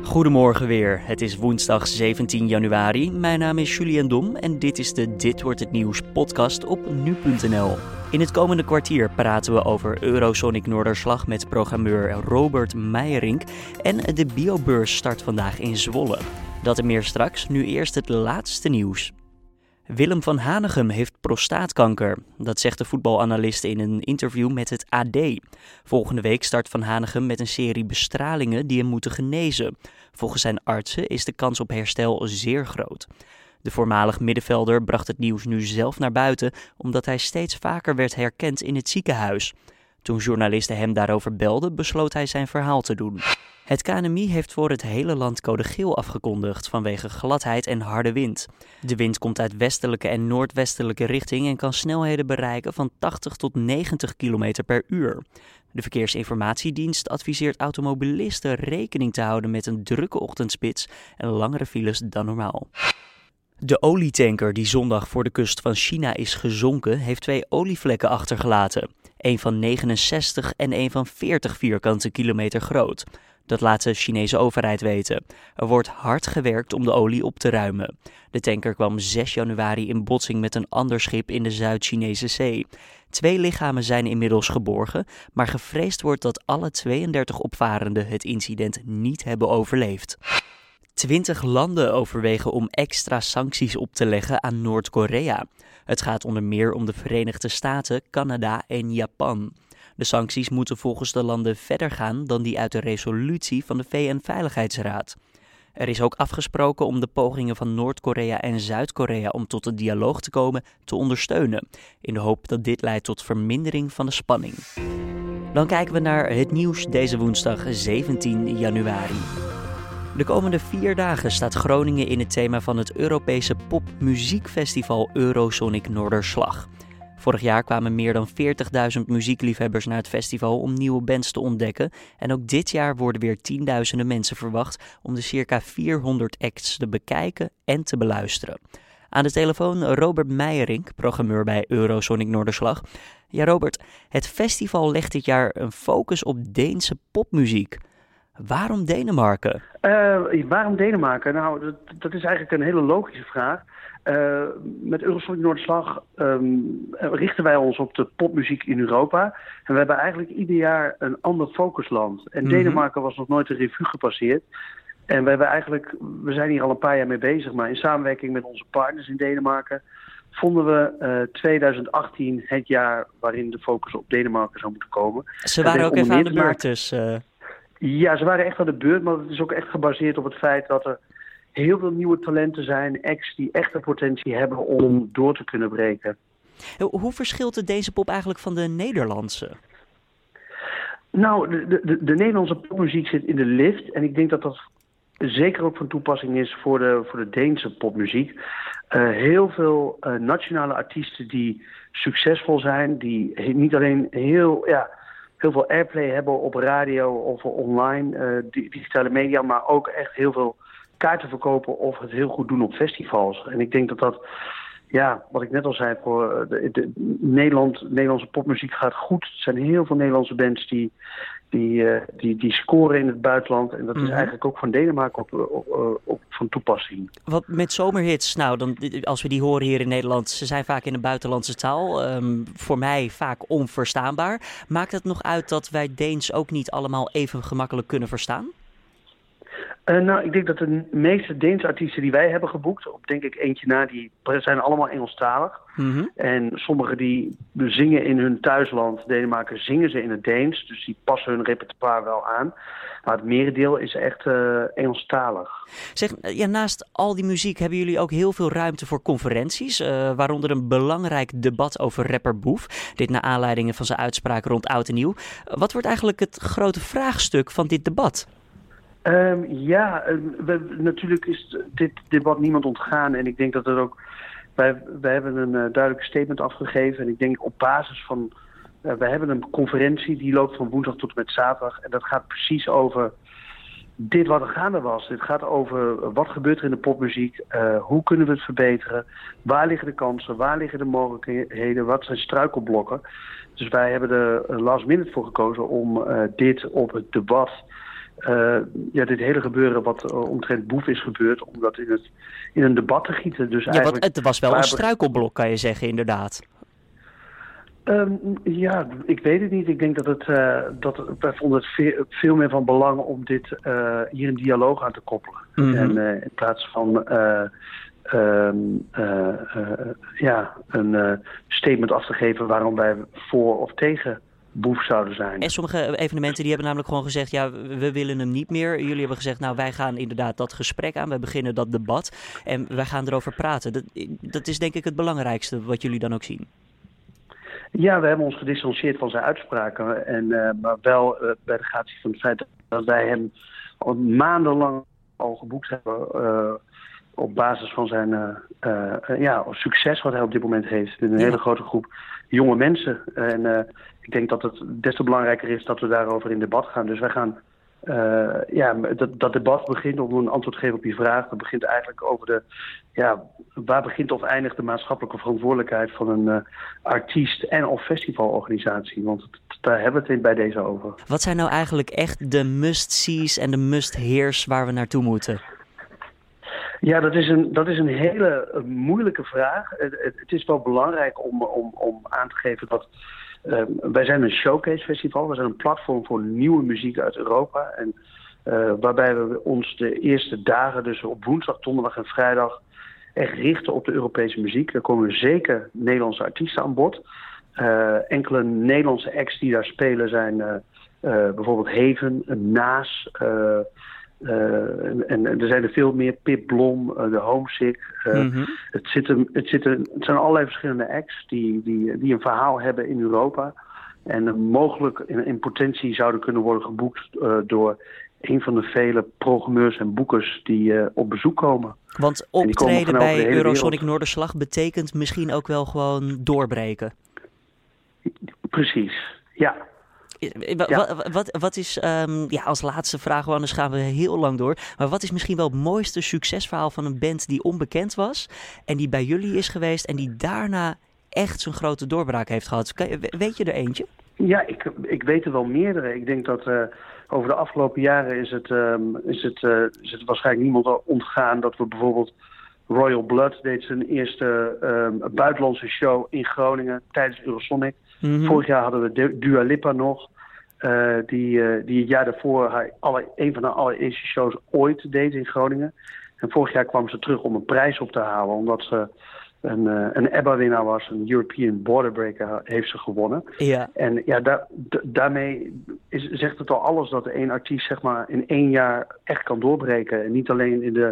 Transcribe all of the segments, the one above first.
Goedemorgen weer. Het is woensdag 17 januari. Mijn naam is Julian Dom en dit is de Dit Wordt Het Nieuws podcast op nu.nl. In het komende kwartier praten we over Eurosonic Noorderslag met programmeur Robert Meijerink en de biobeurs start vandaag in Zwolle. Dat en meer straks, nu eerst het laatste nieuws. Willem van Hanegem heeft prostaatkanker. Dat zegt de voetbalanalist in een interview met het AD. Volgende week start Van Hanegem met een serie bestralingen die hem moeten genezen. Volgens zijn artsen is de kans op herstel zeer groot. De voormalig middenvelder bracht het nieuws nu zelf naar buiten, omdat hij steeds vaker werd herkend in het ziekenhuis. Toen journalisten hem daarover belden, besloot hij zijn verhaal te doen. Het KNMI heeft voor het hele land code geel afgekondigd vanwege gladheid en harde wind. De wind komt uit westelijke en noordwestelijke richting en kan snelheden bereiken van 80 tot 90 km per uur. De Verkeersinformatiedienst adviseert automobilisten rekening te houden met een drukke ochtendspits en langere files dan normaal. De olietanker die zondag voor de kust van China is gezonken, heeft 2 olievlekken achtergelaten. Eén van 69 en één van 40 vierkante kilometer groot. Dat laat de Chinese overheid weten. Er wordt hard gewerkt om de olie op te ruimen. De tanker kwam 6 januari in botsing met een ander schip in de Zuid-Chinese Zee. 2 lichamen zijn inmiddels geborgen, maar gevreesd wordt dat alle 32 opvarenden het incident niet hebben overleefd. 20 landen overwegen om extra sancties op te leggen aan Noord-Korea. Het gaat onder meer om de Verenigde Staten, Canada en Japan. De sancties moeten volgens de landen verder gaan dan die uit de resolutie van de VN-veiligheidsraad. Er is ook afgesproken om de pogingen van Noord-Korea en Zuid-Korea om tot een dialoog te komen te ondersteunen, in de hoop dat dit leidt tot vermindering van de spanning. Dan kijken we naar het nieuws deze woensdag 17 januari. De komende 4 dagen staat Groningen in het thema van het Europese popmuziekfestival Eurosonic Noorderslag. Vorig jaar kwamen meer dan 40.000 muziekliefhebbers naar het festival om nieuwe bands te ontdekken. En ook dit jaar worden weer tienduizenden mensen verwacht om de circa 400 acts te bekijken en te beluisteren. Aan de telefoon Robert Meijerink, programmeur bij Eurosonic Noorderslag. Ja Robert, het festival legt dit jaar een focus op Deense popmuziek. Waarom Denemarken? Waarom Denemarken? Nou, dat is eigenlijk een hele logische vraag. Met Eurosonic Noorderslag richten wij ons op de popmuziek in Europa. En we hebben eigenlijk ieder jaar een ander focusland. En Denemarken was nog nooit de revue gepasseerd. En we zijn hier al een paar jaar mee bezig. Maar in samenwerking met onze partners in Denemarken vonden we 2018 het jaar waarin de focus op Denemarken zou moeten komen. Ze waren ook even aan de beurt dus. Ja, ze waren echt aan de beurt, maar het is ook echt gebaseerd op het feit dat er heel veel nieuwe talenten zijn, acts die echt de potentie hebben om door te kunnen breken. Hoe verschilt de Deense pop eigenlijk van de Nederlandse? Nou, de Nederlandse popmuziek zit in de lift en ik denk dat dat zeker ook van toepassing is voor de Deense popmuziek. Heel veel nationale artiesten die succesvol zijn, die niet alleen heel veel airplay hebben op radio of online, digitale media, maar ook echt heel veel kaarten verkopen of het heel goed doen op festivals. En ik denk dat wat ik net al zei, voor de Nederlandse popmuziek gaat goed. Er zijn heel veel Nederlandse bands die scoren in het buitenland. En dat is eigenlijk ook van Denemarken op van toepassing. Wat met zomerhits, als we die horen hier in Nederland, ze zijn vaak in een buitenlandse taal. Voor mij vaak onverstaanbaar. Maakt het nog uit dat wij Deens ook niet allemaal even gemakkelijk kunnen verstaan? Ik denk dat de meeste Deense artiesten die wij hebben geboekt, op denk ik eentje na, die zijn allemaal Engelstalig. En sommigen die zingen in hun thuisland, Denemarken, zingen ze in het Deens. Dus die passen hun repertoire wel aan. Maar het merendeel is echt Engelstalig. Zeg, naast al die muziek hebben jullie ook heel veel ruimte voor conferenties. Waaronder een belangrijk debat over rapper Boef. Dit naar aanleiding van zijn uitspraak rond Oud en Nieuw. Wat wordt eigenlijk het grote vraagstuk van dit debat? Natuurlijk is dit debat niemand ontgaan. En ik denk dat het ook. Wij hebben een duidelijk statement afgegeven. En ik denk op basis van. Wij hebben een conferentie die loopt van woensdag tot en met zaterdag. En dat gaat precies over dit wat er gaande was. Dit gaat over wat gebeurt er in de popmuziek. Hoe kunnen we het verbeteren? Waar liggen de kansen? Waar liggen de mogelijkheden? Wat zijn struikelblokken? Dus wij hebben er last minute voor gekozen om dit op het debat dit hele gebeuren wat omtrent Boef is gebeurd, om dat in een debat te gieten. Dus ja, want het was wel een struikelblok, kan je zeggen, inderdaad. Ik weet het niet. Ik denk wij vonden het veel meer van belang om dit hier een dialoog aan te koppelen. Mm-hmm. En in plaats van een statement af te geven waarom wij voor of tegen Boef zouden zijn. En sommige evenementen die hebben namelijk gewoon gezegd, ja, we willen hem niet meer. Jullie hebben gezegd, nou, wij gaan inderdaad dat gesprek aan. Wij beginnen dat debat en wij gaan erover praten. Dat is denk ik het belangrijkste wat jullie dan ook zien. Ja, we hebben ons gedistanceerd van zijn uitspraken. Maar wel bij de gratie van het feit dat wij hem al maandenlang al geboekt hebben op basis van zijn succes wat hij op dit moment heeft. In een hele grote groep jonge mensen. En ik denk dat het des te belangrijker is dat we daarover in debat gaan. Dus wij gaan dat debat begint om een antwoord te geven op je vraag. Dat begint eigenlijk over waar begint of eindigt de maatschappelijke verantwoordelijkheid van een artiest en of festivalorganisatie. Want daar hebben we het bij deze over. Wat zijn nou eigenlijk echt de must-sees en de must-hears waar we naartoe moeten? Ja, dat is een hele moeilijke vraag. Het is wel belangrijk om aan te geven dat wij zijn een showcase festival. We zijn een platform voor nieuwe muziek uit Europa. En waarbij we ons de eerste dagen, dus op woensdag, donderdag en vrijdag, echt richten op de Europese muziek. Er komen zeker Nederlandse artiesten aan bod. Enkele Nederlandse acts die daar spelen zijn bijvoorbeeld Heaven, Naas. En er zijn er veel meer. Pip Blom, de Homesick. Mm-hmm. Het zijn allerlei verschillende acts die een verhaal hebben in Europa. En mogelijk in potentie zouden kunnen worden geboekt door een van de vele programmeurs en boekers die op bezoek komen. Want optreden bij Eurosonic Noorderslag betekent misschien ook wel gewoon doorbreken. Precies, ja. Wat is, als laatste vraag, anders gaan we heel lang door. Maar wat is misschien wel het mooiste succesverhaal van een band die onbekend was en die bij jullie is geweest en die daarna echt zijn grote doorbraak heeft gehad? Weet je er eentje? Ja, ik weet er wel meerdere. Ik denk dat over de afgelopen jaren is het waarschijnlijk niemand ontgaan dat we bijvoorbeeld Royal Blood deed zijn eerste buitenlandse show in Groningen tijdens Eurosonic. Mm-hmm. Vorig jaar hadden we Dua Lipa nog, die het jaar daarvoor een van haar allereerste shows ooit deed in Groningen. En vorig jaar kwam ze terug om een prijs op te halen, omdat ze een ABBA-winnaar was, een European Border Breaker heeft ze gewonnen. Ja. En ja, daarmee zegt het al alles dat één artiest zeg maar in 1 jaar echt kan doorbreken. En niet alleen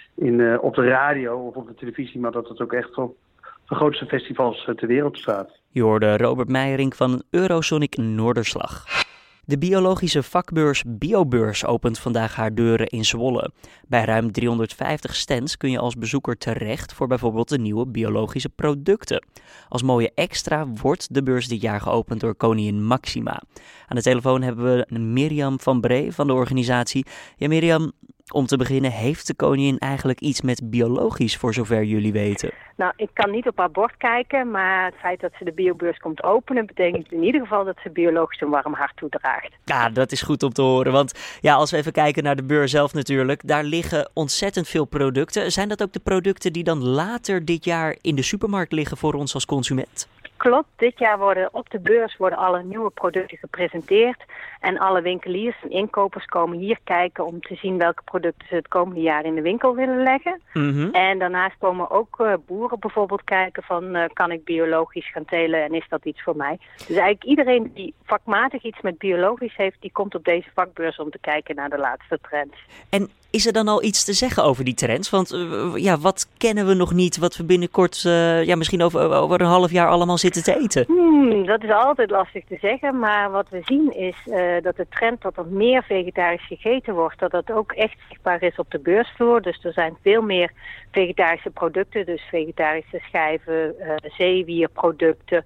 op de radio of op de televisie, maar dat het ook echt op de grootste festivals ter wereld staat. Je hoorde Robert Meijering van Eurosonic Noorderslag. De biologische vakbeurs Biobeurs opent vandaag haar deuren in Zwolle. Bij ruim 350 stands kun je als bezoeker terecht voor bijvoorbeeld de nieuwe biologische producten. Als mooie extra wordt de beurs dit jaar geopend door koningin Maxima. Aan de telefoon hebben we Mirjam van Bree van de organisatie. Ja, Mirjam, om te beginnen, heeft de koningin eigenlijk iets met biologisch voor zover jullie weten? Nou, ik kan niet op haar bord kijken, maar het feit dat ze de biobeurs komt openen betekent in ieder geval dat ze biologisch een warm hart toedraagt. Ja, dat is goed om te horen, want ja, als we even kijken naar de beurs zelf natuurlijk, daar liggen ontzettend veel producten. Zijn dat ook de producten die dan later dit jaar in de supermarkt liggen voor ons als consument? Klopt, dit jaar op de beurs worden alle nieuwe producten gepresenteerd en alle winkeliers en inkopers komen hier kijken om te zien welke producten ze het komende jaar in de winkel willen leggen. Mm-hmm. En daarnaast komen ook boeren bijvoorbeeld kijken van kan ik biologisch gaan telen en is dat iets voor mij? Dus eigenlijk iedereen die vakmatig iets met biologisch heeft, die komt op deze vakbeurs om te kijken naar de laatste trends. En is er dan al iets te zeggen over die trends? Want wat kennen we nog niet, wat we binnenkort misschien over een half jaar allemaal zitten te eten? Dat is altijd lastig te zeggen, maar wat we zien is dat de trend dat er meer vegetarisch gegeten wordt, dat dat ook echt zichtbaar is op de beursvloer. Dus er zijn veel meer vegetarische producten, dus vegetarische schijven, zeewierproducten,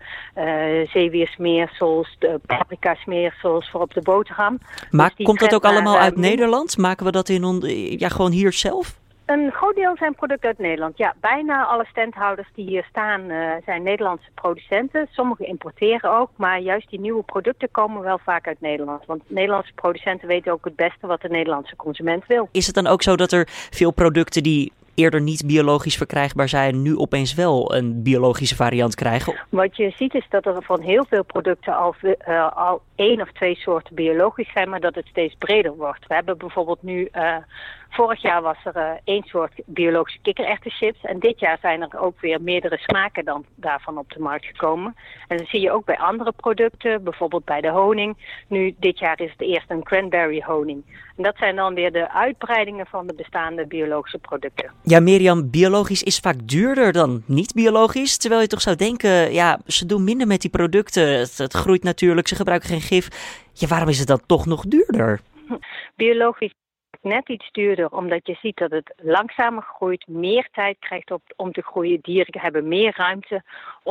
zeewiersmeersels, paprika-smeersels voor op de boterham. Maar dus komt dat ook allemaal uit Nederland? Maken we dat gewoon hier zelf? Een groot deel zijn producten uit Nederland. Ja, bijna alle standhouders die hier staan zijn Nederlandse producenten. Sommigen importeren ook, maar juist die nieuwe producten komen wel vaak uit Nederland. Want Nederlandse producenten weten ook het beste wat de Nederlandse consument wil. Is het dan ook zo dat er veel producten die eerder niet biologisch verkrijgbaar zijn, nu opeens wel een biologische variant krijgen? Wat je ziet is dat er van heel veel producten al 1 of 2 soorten biologisch zijn, maar dat het steeds breder wordt. We hebben bijvoorbeeld nu, vorig jaar was er 1 soort biologische kikkererwtenchips en dit jaar zijn er ook weer meerdere smaken dan daarvan op de markt gekomen. En dat zie je ook bij andere producten, bijvoorbeeld bij de honing. Nu, dit jaar is het eerst een cranberry honing. En dat zijn dan weer de uitbreidingen van de bestaande biologische producten. Ja, Mirjam, biologisch is vaak duurder dan niet biologisch. Terwijl je toch zou denken, ja, ze doen minder met die producten. Het groeit natuurlijk, ze gebruiken geen gif. Ja, waarom is het dan toch nog duurder? Biologisch is net iets duurder, omdat je ziet dat het langzamer groeit, meer tijd krijgt om te groeien. Dieren hebben meer ruimte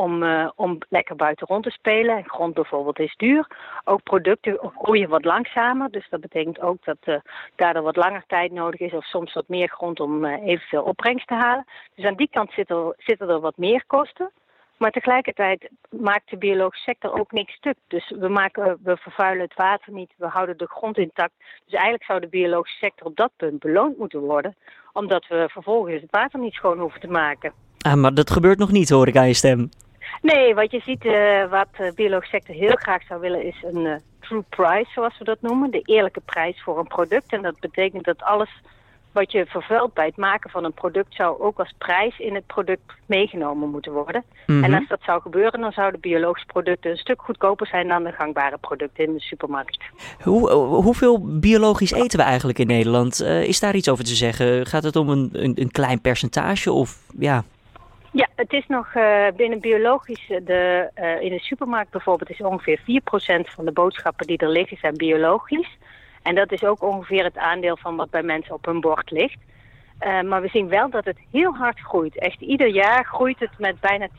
om lekker buiten rond te spelen. Grond bijvoorbeeld is duur. Ook producten groeien wat langzamer, dus dat betekent ook dat daardoor wat langer tijd nodig is of soms wat meer grond om evenveel opbrengst te halen. Dus aan die kant zitten er wat meer kosten. Maar tegelijkertijd maakt de biologische sector ook niks stuk. Dus we vervuilen het water niet, we houden de grond intact. Dus eigenlijk zou de biologische sector op dat punt beloond moeten worden, omdat we vervolgens het water niet schoon hoeven te maken. Ah, maar dat gebeurt nog niet, hoor ik aan je stem. Nee, wat je ziet, wat de biologische sector heel graag zou willen, is een true price, zoals we dat noemen. De eerlijke prijs voor een product. En dat betekent dat alles wat je vervuilt bij het maken van een product zou ook als prijs in het product meegenomen moeten worden. Mm-hmm. En als dat zou gebeuren, dan zouden biologische producten een stuk goedkoper zijn dan de gangbare producten in de supermarkt. Hoeveel biologisch eten we eigenlijk in Nederland? Is daar iets over te zeggen? Gaat het om een klein percentage of ja? Ja, het is nog binnen biologisch, in de supermarkt bijvoorbeeld is ongeveer 4% van de boodschappen die er liggen zijn biologisch. En dat is ook ongeveer het aandeel van wat bij mensen op hun bord ligt. Maar we zien wel dat het heel hard groeit. Echt ieder jaar groeit het met bijna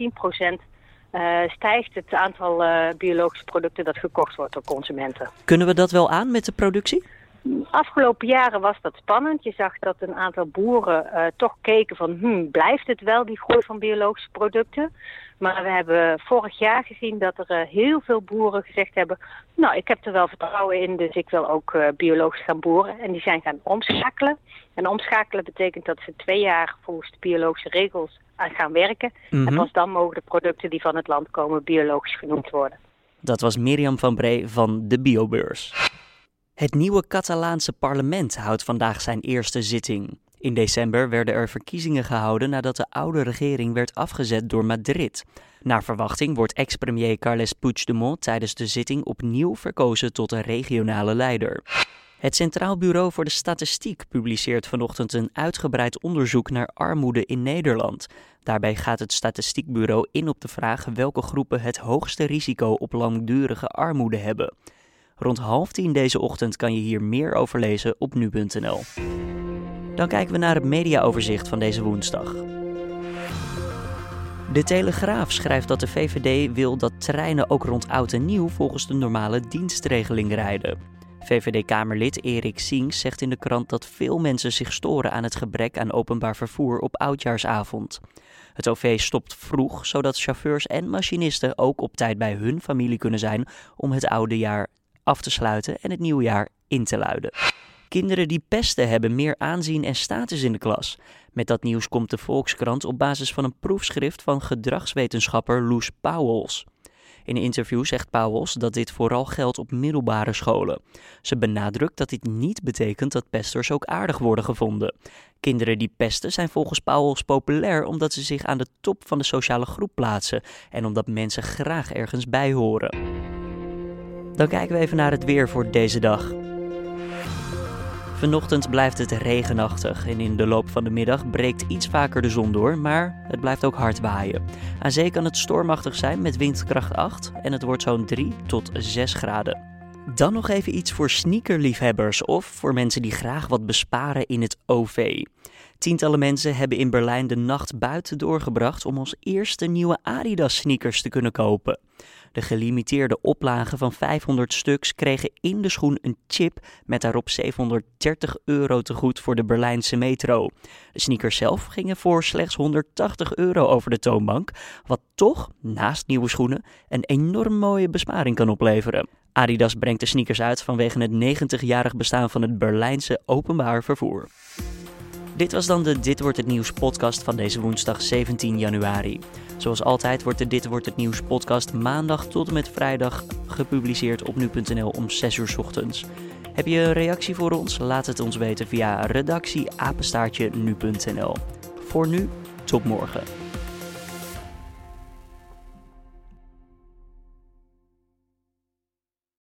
10%. Stijgt het aantal biologische producten dat gekocht wordt door consumenten. Kunnen we dat wel aan met de productie? Afgelopen jaren was dat spannend. Je zag dat een aantal boeren toch keken van blijft het wel die groei van biologische producten? Maar we hebben vorig jaar gezien dat er heel veel boeren gezegd hebben, nou, ik heb er wel vertrouwen in, dus ik wil ook biologisch gaan boeren. En die zijn gaan omschakelen. En omschakelen betekent dat ze 2 jaar volgens de biologische regels aan gaan werken. Mm-hmm. En pas dan mogen de producten die van het land komen biologisch genoemd worden. Dat was Mirjam van Bree van de Biobeurs. Het nieuwe Catalaanse parlement houdt vandaag zijn eerste zitting. In december werden er verkiezingen gehouden nadat de oude regering werd afgezet door Madrid. Naar verwachting wordt ex-premier Carles Puigdemont tijdens de zitting opnieuw verkozen tot een regionale leider. Het Centraal Bureau voor de Statistiek publiceert vanochtend een uitgebreid onderzoek naar armoede in Nederland. Daarbij gaat het Statistiekbureau in op de vraag welke groepen het hoogste risico op langdurige armoede hebben. Rond 9:30 deze ochtend kan je hier meer over lezen op nu.nl. Dan kijken we naar het mediaoverzicht van deze woensdag. De Telegraaf schrijft dat de VVD wil dat treinen ook rond oud en nieuw volgens de normale dienstregeling rijden. VVD-Kamerlid Erik Sings zegt in de krant dat veel mensen zich storen aan het gebrek aan openbaar vervoer op oudjaarsavond. Het OV stopt vroeg, zodat chauffeurs en machinisten ook op tijd bij hun familie kunnen zijn om het oude jaar af te sluiten en het nieuwjaar in te luiden. Kinderen die pesten hebben meer aanzien en status in de klas. Met dat nieuws komt de Volkskrant op basis van een proefschrift van gedragswetenschapper Loes Pauwels. In een interview zegt Pauwels dat dit vooral geldt op middelbare scholen. Ze benadrukt dat dit niet betekent dat pesters ook aardig worden gevonden. Kinderen die pesten zijn volgens Pauwels populair omdat ze zich aan de top van de sociale groep plaatsen en omdat mensen graag ergens bij horen. Dan kijken we even naar het weer voor deze dag. Vanochtend blijft het regenachtig en in de loop van de middag breekt iets vaker de zon door, maar het blijft ook hard waaien. Aan zee kan het stormachtig zijn met windkracht 8 en het wordt zo'n 3 tot 6 graden. Dan nog even iets voor sneakerliefhebbers of voor mensen die graag wat besparen in het OV. Tientallen mensen hebben in Berlijn de nacht buiten doorgebracht om als eerste nieuwe Adidas sneakers te kunnen kopen. De gelimiteerde oplage van 500 stuks kregen in de schoen een chip met daarop €730 te goed voor de Berlijnse metro. De sneakers zelf gingen voor slechts €180 over de toonbank, wat toch, naast nieuwe schoenen, een enorm mooie besparing kan opleveren. Adidas brengt de sneakers uit vanwege het 90-jarig bestaan van het Berlijnse openbaar vervoer. Dit was dan de Dit Wordt Het Nieuws podcast van deze woensdag 17 januari. Zoals altijd wordt de Dit Wordt Het Nieuws podcast maandag tot en met vrijdag gepubliceerd op nu.nl om 6 uur 's ochtends. Heb je een reactie voor ons? Laat het ons weten via redactie@nu.nl. Voor nu, tot morgen.